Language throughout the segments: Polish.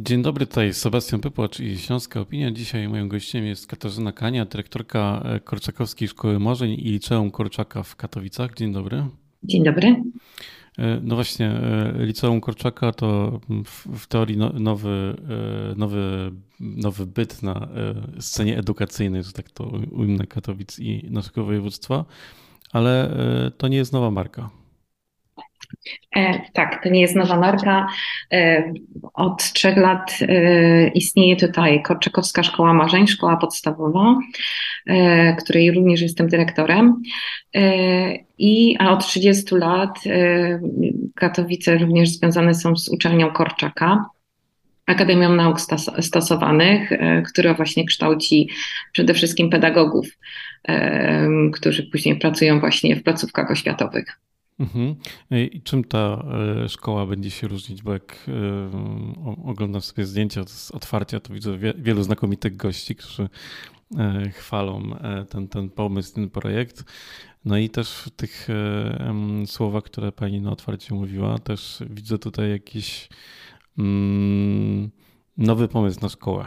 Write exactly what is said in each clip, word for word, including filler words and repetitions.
Dzień dobry, tutaj Sebastian Pypłacz i Śląska Opinia. Dzisiaj moim gościem jest Katarzyna Kania, dyrektorka e, Korczakowskiej Szkoły Marzeń i Liceum Korczaka w Katowicach. Dzień dobry. Dzień dobry. E, No właśnie, e, Liceum Korczaka to w, w teorii no, nowy, e, nowy, nowy byt na e, scenie edukacyjnej, że tak to ujmę, Katowic i naszego województwa, ale e, to nie jest nowa marka. E, tak, to nie jest nowa marka. E, od trzech lat e, istnieje tutaj Korczakowska Szkoła Marzeń, szkoła podstawowa, e, której również jestem dyrektorem. E, i, a od trzydziestu lat e, Katowice również związane są z uczelnią Korczaka. Akademią Nauk Stas- Stosowanych, e, która właśnie kształci przede wszystkim pedagogów, e, którzy później pracują właśnie w placówkach oświatowych. Mhm. I czym ta e, szkoła będzie się różnić? Bo jak e, o- oglądam sobie zdjęcia z otwarcia, to widzę wie, wielu znakomitych gości, którzy e, chwalą e, ten, ten pomysł, ten projekt. No i też w tych e, em, słowach, które pani na otwarcie mówiła, też widzę tutaj jakiś mm, nowy pomysł na szkołę.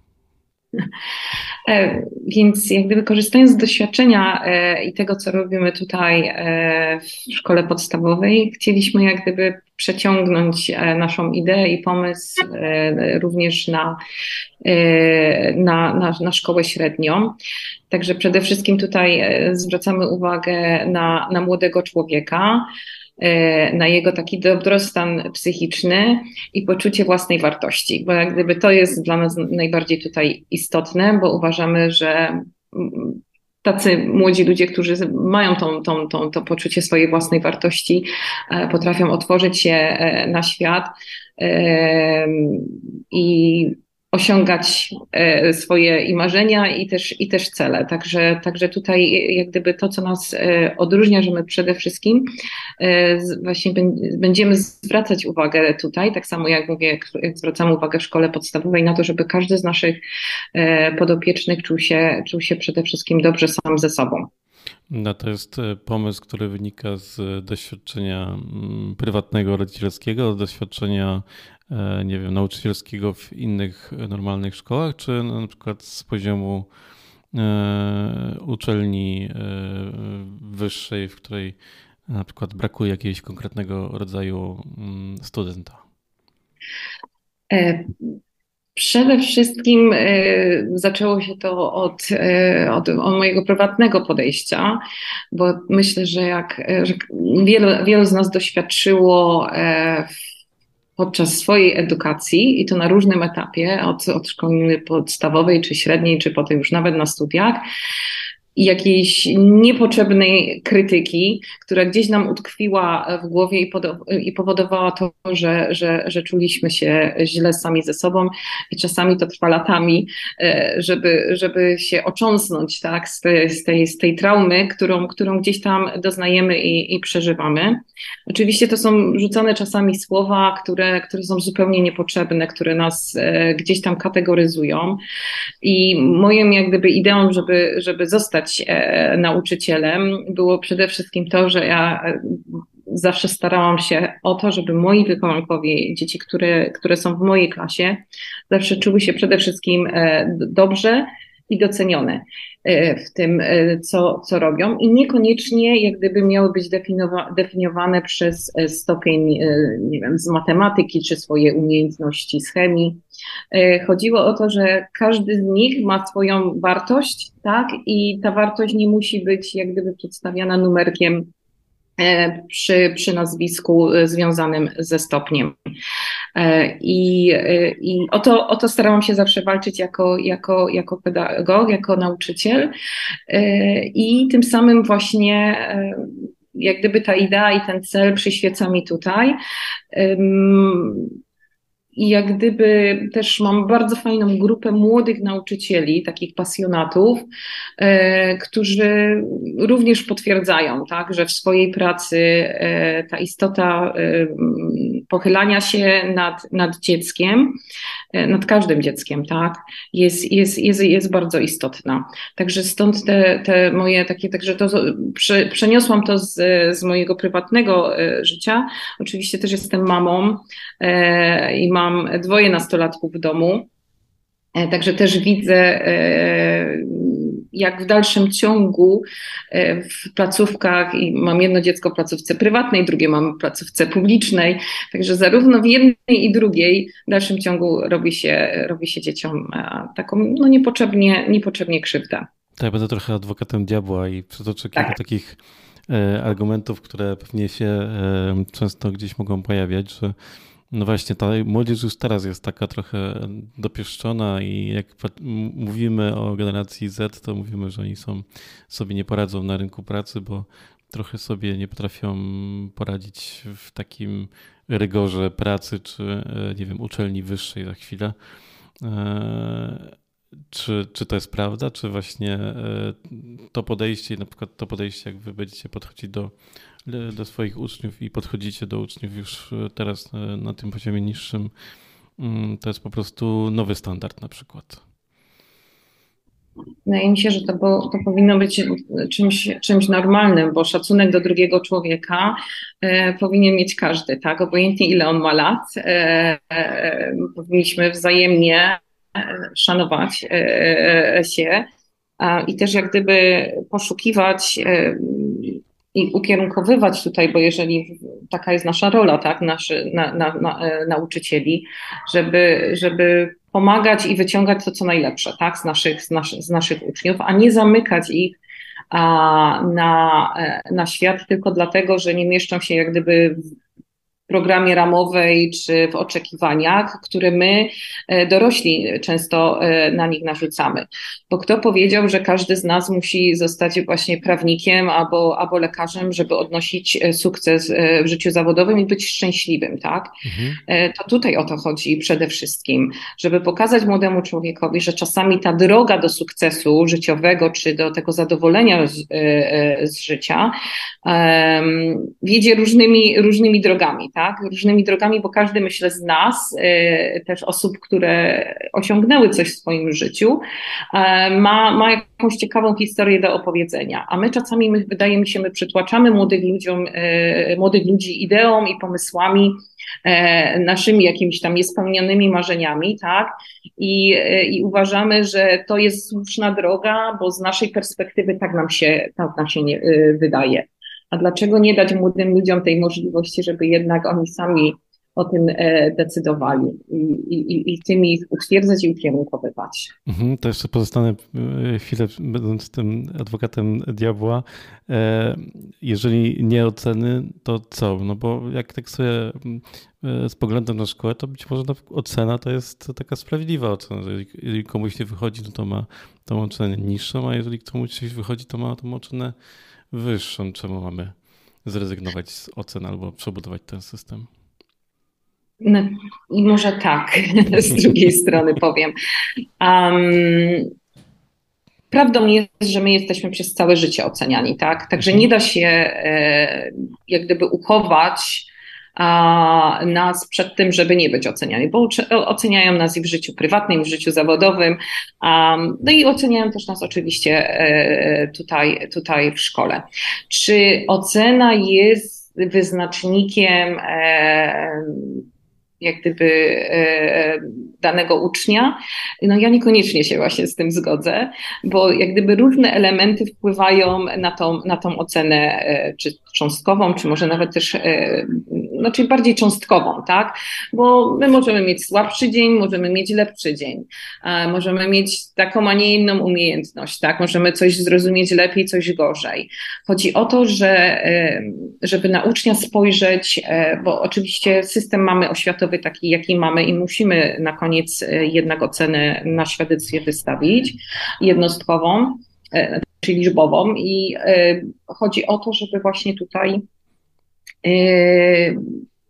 E, Więc jak gdyby korzystając z doświadczenia e, i tego, co robimy tutaj e, w szkole podstawowej, chcieliśmy jak gdyby przeciągnąć e, naszą ideę i pomysł e, również na, e, na, na, na szkołę średnią. Także przede wszystkim tutaj e, zwracamy uwagę na, na młodego człowieka, e, na jego taki dobrostan psychiczny i poczucie własnej wartości, bo jak gdyby to jest dla nas najbardziej tutaj istotne, bo uważamy, że mm, tacy młodzi ludzie, którzy mają tą, tą, tą, to poczucie swojej własnej wartości, e, potrafią otworzyć się e, na świat e, i osiągać e, swoje i marzenia i też, i też cele. Także, także tutaj jak gdyby to, co nas e, odróżnia, że my przede wszystkim e, z- właśnie bę- będziemy zwracać uwagę tutaj, tak samo jak mówię, jak, jak zwracamy uwagę w szkole podstawowej na to, żeby każdy z naszych e, podopiecznych czuł się, czuł się przede wszystkim dobrze sam ze sobą. No to jest e, pomysł, który wynika z doświadczenia mm, prywatnego, rodzicielskiego, z doświadczenia, e, nie wiem, nauczycielskiego w innych e, normalnych szkołach, czy na przykład z poziomu e, uczelni e, wyższej, w której na przykład brakuje jakiegoś konkretnego rodzaju mm, studenta. E, Przede wszystkim e, zaczęło się to od, e, od, od mojego prywatnego podejścia, bo myślę, że jak e, że wielu, wielu z nas doświadczyło e, podczas swojej edukacji i to na różnym etapie, od, od szkoły podstawowej czy średniej, czy potem już nawet na studiach, i jakiejś niepotrzebnej krytyki, która gdzieś nam utkwiła w głowie i, podo- i powodowała to, że, że, że czuliśmy się źle sami ze sobą i czasami to trwa latami, e, żeby, żeby się ocząsnąć, tak, z, tej, z, tej, z tej traumy, którą, którą gdzieś tam doznajemy i, i przeżywamy. Oczywiście to są rzucane czasami słowa, które, które są zupełnie niepotrzebne, które nas e, gdzieś tam kategoryzują. I moją jak gdyby ideą, żeby, żeby zostać e, nauczycielem, było przede wszystkim to, że ja e, zawsze starałam się o to, żeby moi wychowankowie, dzieci, które, które są w mojej klasie, zawsze czuły się przede wszystkim e, d- dobrze i docenione e, w tym, e, co, co robią i niekoniecznie jak gdyby miały być definiowa- definiowane przez e, stopień, e, nie wiem, z matematyki czy swoje umiejętności z chemii. E, Chodziło o to, że każdy z nich ma swoją wartość, tak? I ta wartość nie musi być jak gdyby przedstawiana numerkiem e, przy, przy nazwisku e, związanym ze stopniem. E, I, e, i o to, o to starałam się zawsze walczyć jako, jako, jako pedagog, jako nauczyciel. E, I tym samym właśnie e, jak gdyby ta idea i ten cel przyświeca mi tutaj. Ym, i jak gdyby też mam bardzo fajną grupę młodych nauczycieli, takich pasjonatów, e, którzy również potwierdzają, tak, że w swojej pracy e, ta istota e, pochylania się nad, nad dzieckiem, nad każdym dzieckiem, tak, jest, jest, jest, jest bardzo istotna. Także stąd te, te moje takie, także to prze, przeniosłam to z, z mojego prywatnego życia. Oczywiście też jestem mamą e, i mam dwoje nastolatków w domu. Także też widzę, jak w dalszym ciągu w placówkach, i mam jedno dziecko w placówce prywatnej, drugie mam w placówce publicznej, także zarówno w jednej i drugiej w dalszym ciągu robi się, robi się dzieciom taką no niepotrzebnie, niepotrzebnie krzywdę. To ja będę trochę adwokatem diabła i przytoczę kilka Tak. takich argumentów, które pewnie się często gdzieś mogą pojawiać, że no właśnie, ta młodzież już teraz jest taka trochę dopieszczona i jak mówimy o generacji Z, to mówimy, że oni są, sobie nie poradzą na rynku pracy, bo trochę sobie nie potrafią poradzić w takim rygorze pracy, czy nie wiem, uczelni wyższej za chwilę. Czy, czy to jest prawda? Czy właśnie to podejście, na przykład to podejście, jak wy będziecie podchodzić do do swoich uczniów i podchodzicie do uczniów już teraz na tym poziomie niższym, to jest po prostu nowy standard na przykład? Wydaje mi się, że to, bo, to powinno być czymś, czymś normalnym, bo szacunek do drugiego człowieka e, powinien mieć każdy, tak? Obojętnie ile on ma lat, e, e, powinniśmy wzajemnie szanować e, się a, i też jak gdyby poszukiwać e, i ukierunkowywać tutaj, bo jeżeli taka jest nasza rola, tak, naszy, na, na, na, nauczycieli, żeby, żeby pomagać i wyciągać to, co najlepsze, tak, z naszych, z naszych, z naszych uczniów, a nie zamykać ich a, na, na świat tylko dlatego, że nie mieszczą się jak gdyby w programie ramowej czy w oczekiwaniach, które my dorośli często na nich narzucamy. Bo kto powiedział, że każdy z nas musi zostać właśnie prawnikiem albo, albo lekarzem, żeby odnosić sukces w życiu zawodowym i być szczęśliwym, tak? Mhm. To tutaj o to chodzi przede wszystkim, żeby pokazać młodemu człowiekowi, że czasami ta droga do sukcesu życiowego czy do tego zadowolenia z, z życia um, wiedzie różnymi, różnymi drogami, tak? Różnymi drogami, bo każdy, myślę, z nas, y, też osób, które osiągnęły coś w swoim życiu, y, ma, ma jakąś ciekawą historię do opowiedzenia. A my czasami, my, wydaje mi się, my przytłaczamy młodych ludziom, y, młodych ludzi ideą i pomysłami, y, naszymi jakimiś tam niespełnionymi marzeniami, tak? I, y, I uważamy, że to jest słuszna droga, bo z naszej perspektywy tak nam się, tak nam się nie, y, wydaje. A dlaczego nie dać młodym ludziom tej możliwości, żeby jednak oni sami o tym decydowali i, i, i tym ich utwierdzać i ukierunkowywać? Mhm, to jeszcze pozostanę chwilę, będąc tym adwokatem diabła. Jeżeli nie oceny, to co? No bo jak tak sobie spoglądam na szkołę, to być może ocena to jest taka sprawiedliwa ocena. Jeżeli, jeżeli komuś nie wychodzi, no to ma tą ocenę niższą, a jeżeli komuś coś wychodzi, to ma tą ocenę wyższą. Czemu mamy zrezygnować z ocen albo przebudować ten system? No, i może tak, z drugiej strony powiem. Um, prawdą jest, że my jesteśmy przez całe życie oceniani, tak? Także nie da się e, jak gdyby uchować a, nas przed tym, żeby nie być oceniani, bo oceniają nas i w życiu prywatnym, i w życiu zawodowym, um, no i oceniają też nas oczywiście e, tutaj, tutaj w szkole. Czy ocena jest wyznacznikiem e, jak gdyby e, danego ucznia? No ja niekoniecznie się właśnie z tym zgodzę, bo jak gdyby różne elementy wpływają na tą, na tą ocenę e, czy cząstkową, czy może nawet też e, znaczy bardziej cząstkową, tak? Bo my możemy mieć słabszy dzień, możemy mieć lepszy dzień, e, możemy mieć taką, a nie inną umiejętność, tak? Możemy coś zrozumieć lepiej, coś gorzej. Chodzi o to, że e, żeby na ucznia spojrzeć, e, bo oczywiście system mamy oświatowy taki, jaki mamy i musimy na koniec jednak ocenę na świadectwie wystawić, jednostkową, czyli liczbową i chodzi o to, żeby właśnie tutaj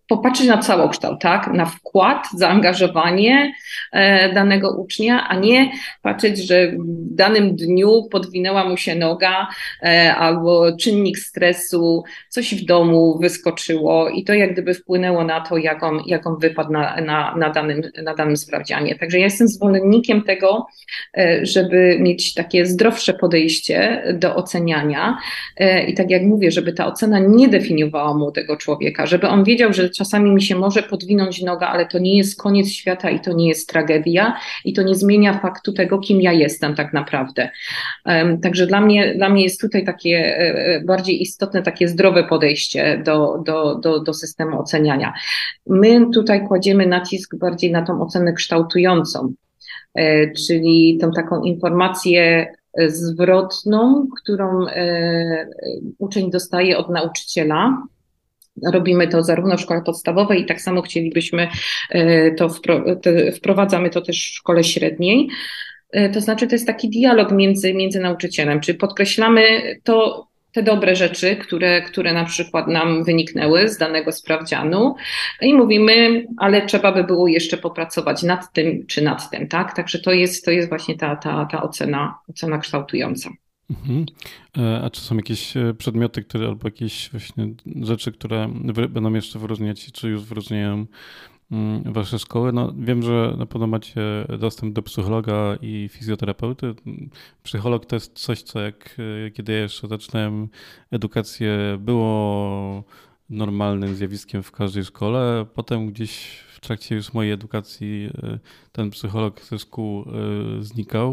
popatrzeć na całokształt, tak? Na wkład, zaangażowanie e, danego ucznia, a nie patrzeć, że w danym dniu podwinęła mu się noga e, albo czynnik stresu, coś w domu wyskoczyło i to jak gdyby wpłynęło na to, jak on, jak on wypadł na, na, na, danym, na danym sprawdzianie. Także ja jestem zwolennikiem tego, e, żeby mieć takie zdrowsze podejście do oceniania e, i tak jak mówię, żeby ta ocena nie definiowała młodego człowieka, żeby on wiedział, że czasami mi się może podwinąć noga, ale to nie jest koniec świata i to nie jest tragedia i to nie zmienia faktu tego, kim ja jestem tak naprawdę. Także dla mnie, dla mnie jest tutaj takie bardziej istotne, takie zdrowe podejście do, do, do, do systemu oceniania. My tutaj kładziemy nacisk bardziej na tą ocenę kształtującą, czyli tą taką informację zwrotną, którą uczeń dostaje od nauczyciela. Robimy to zarówno w szkole podstawowej i tak samo chcielibyśmy to, wprowadzamy to też w szkole średniej. To znaczy to jest taki dialog między, między nauczycielem, czyli podkreślamy to, te dobre rzeczy, które, które na przykład nam wyniknęły z danego sprawdzianu i mówimy, ale trzeba by było jeszcze popracować nad tym czy nad tym, tak? Także to jest, to jest właśnie ta, ta, ta ocena, ocena kształtująca. Mhm. A czy są jakieś przedmioty, które albo jakieś właśnie rzeczy, które będą jeszcze wyróżniać, czy już wyróżniają wasze szkoły? No, wiem, że na pewno macie dostęp do psychologa i fizjoterapeuty. Psycholog to jest coś, co jak kiedy ja jeszcze zaczynałem edukację, było normalnym zjawiskiem w każdej szkole. Potem gdzieś w trakcie już mojej edukacji ten psycholog ze szkół znikał.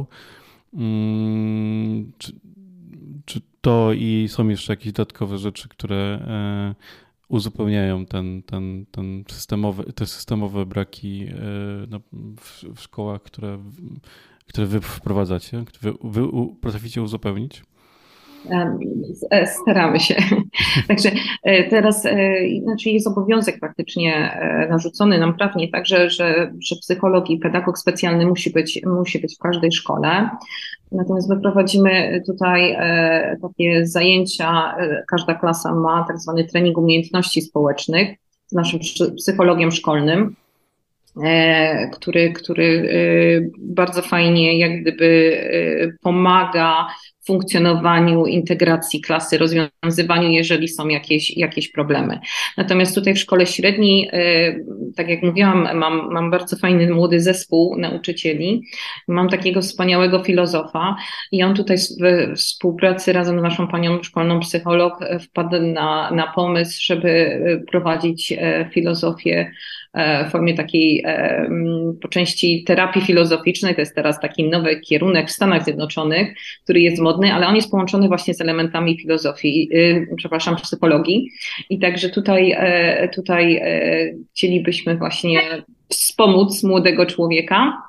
Czy, czy to i są jeszcze jakieś dodatkowe rzeczy, które uzupełniają ten, ten, ten systemowy, te systemowe braki no, w, w szkołach, które, które wy wprowadzacie, które wy, wy potraficie uzupełnić? Staramy się. Także teraz znaczy jest obowiązek praktycznie narzucony nam prawnie, także, że, że psycholog i pedagog specjalny musi być, musi być w każdej szkole. Natomiast my prowadzimy tutaj takie zajęcia, każda klasa ma tak zwany trening umiejętności społecznych z naszym psychologiem szkolnym, który, który bardzo fajnie jak gdyby pomaga w funkcjonowaniu, integracji klasy, rozwiązywaniu, jeżeli są jakieś, jakieś problemy. Natomiast tutaj w szkole średniej, tak jak mówiłam, mam, mam bardzo fajny młody zespół nauczycieli. Mam takiego wspaniałego filozofa i on tutaj w współpracy razem z naszą panią szkolną psycholog wpadł na, na pomysł, żeby prowadzić filozofię w formie takiej po części terapii filozoficznej. To jest teraz taki nowy kierunek w Stanach Zjednoczonych, który jest modny, ale on jest połączony właśnie z elementami filozofii, przepraszam, psychologii. I także tutaj, tutaj chcielibyśmy właśnie wspomóc młodego człowieka,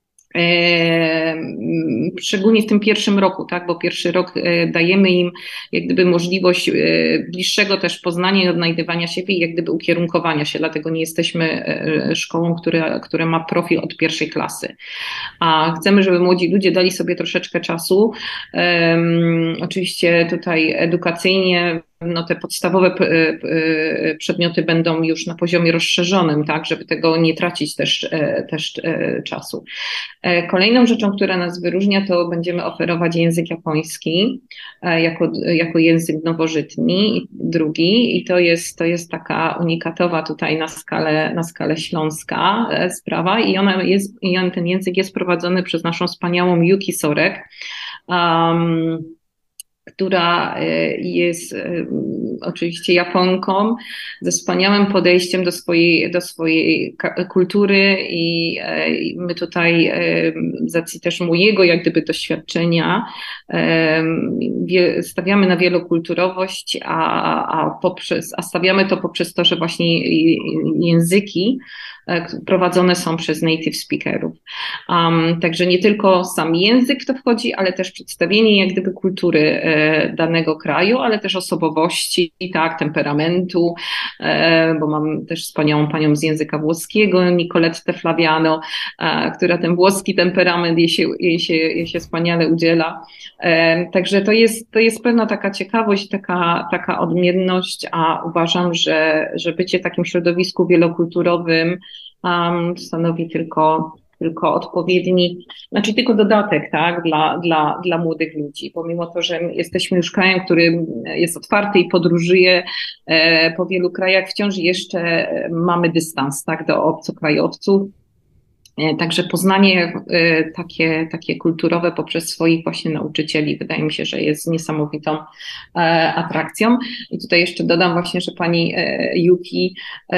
szczególnie w tym pierwszym roku, tak, bo pierwszy rok dajemy im jak gdyby możliwość bliższego też poznania i odnajdywania siebie i jak gdyby ukierunkowania się, dlatego nie jesteśmy szkołą, która, która ma profil od pierwszej klasy, a chcemy, żeby młodzi ludzie dali sobie troszeczkę czasu, um, oczywiście tutaj edukacyjnie no te podstawowe przedmioty będą już na poziomie rozszerzonym, tak, żeby tego nie tracić też, też czasu. Kolejną rzeczą, która nas wyróżnia, to będziemy oferować język japoński jako, jako język nowożytni, drugi i to jest, to jest taka unikatowa tutaj na skalę, na skalę Śląska sprawa i ona jest, i on, ten język jest prowadzony przez naszą wspaniałą Yuki Sorek, um, która jest oczywiście Japonką ze wspaniałym podejściem do swojej, do swojej kultury i my tutaj z racji też mojego jak gdyby doświadczenia stawiamy na wielokulturowość, a, a, poprzez, a stawiamy to poprzez to, że właśnie języki prowadzone są przez native speakerów. Um, także nie tylko sam język w to wchodzi, ale też przedstawienie jak gdyby kultury danego kraju, ale też osobowości, tak, temperamentu, bo mam też wspaniałą panią z języka włoskiego, Nicolette Flaviano, która ten włoski temperament jej się, jej się, jej się wspaniale udziela. Także to jest, to jest pewna taka ciekawość, taka, taka odmienność, a uważam, że, że bycie w takim środowisku wielokulturowym um, stanowi tylko, tylko odpowiedni, znaczy tylko dodatek, tak, dla, dla, dla młodych ludzi, pomimo to, że jesteśmy już krajem, który jest otwarty i podróżuje e, po wielu krajach, wciąż jeszcze mamy dystans, tak, do obcokrajowców. Także poznanie takie, takie kulturowe poprzez swoich właśnie nauczycieli wydaje mi się, że jest niesamowitą atrakcją. I tutaj jeszcze dodam właśnie, że pani Yuki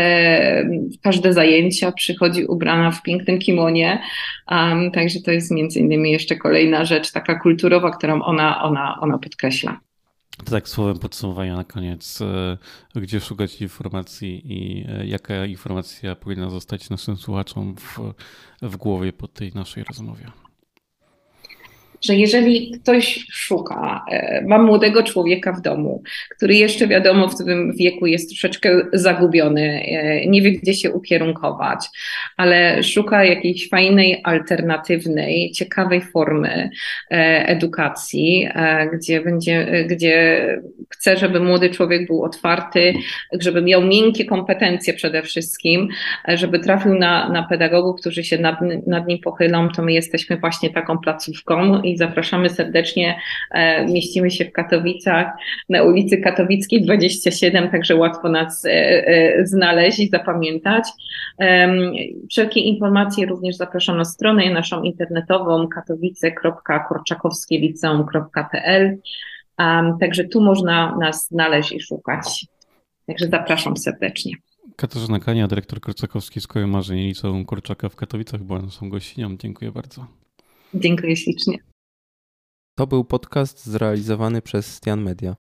w każde zajęcia przychodzi ubrana w pięknym kimonie, także to jest między innymi jeszcze kolejna rzecz taka kulturowa, którą ona, ona, ona podkreśla. To tak słowem podsumowania na koniec, gdzie szukać informacji i jaka informacja powinna zostać naszym słuchaczom w, w głowie po tej naszej rozmowie? Że jeżeli ktoś szuka, ma młodego człowieka w domu, który jeszcze wiadomo w tym wieku jest troszeczkę zagubiony, nie wie gdzie się ukierunkować, ale szuka jakiejś fajnej, alternatywnej, ciekawej formy edukacji, gdzie będzie, gdzie chce, żeby młody człowiek był otwarty, żeby miał miękkie kompetencje przede wszystkim, żeby trafił na, na pedagogów, którzy się nad, nad nim pochylą, to my jesteśmy właśnie taką placówką i zapraszamy serdecznie. Mieścimy się w Katowicach, na ulicy Katowickiej dwadzieścia siedem, także łatwo nas znaleźć i zapamiętać. Wszelkie informacje również zapraszam na stronę naszą internetową katowice kropka korczakowskie liceum kropka p l. Także tu można nas znaleźć i szukać. Także zapraszam serdecznie. Katarzyna Kania, dyrektor Korczakowskiej Szkoły Marzeń i Liceum Korczaka w Katowicach, była naszą gościnią. Dziękuję bardzo. Dziękuję ślicznie. To był podcast zrealizowany przez Stian Media.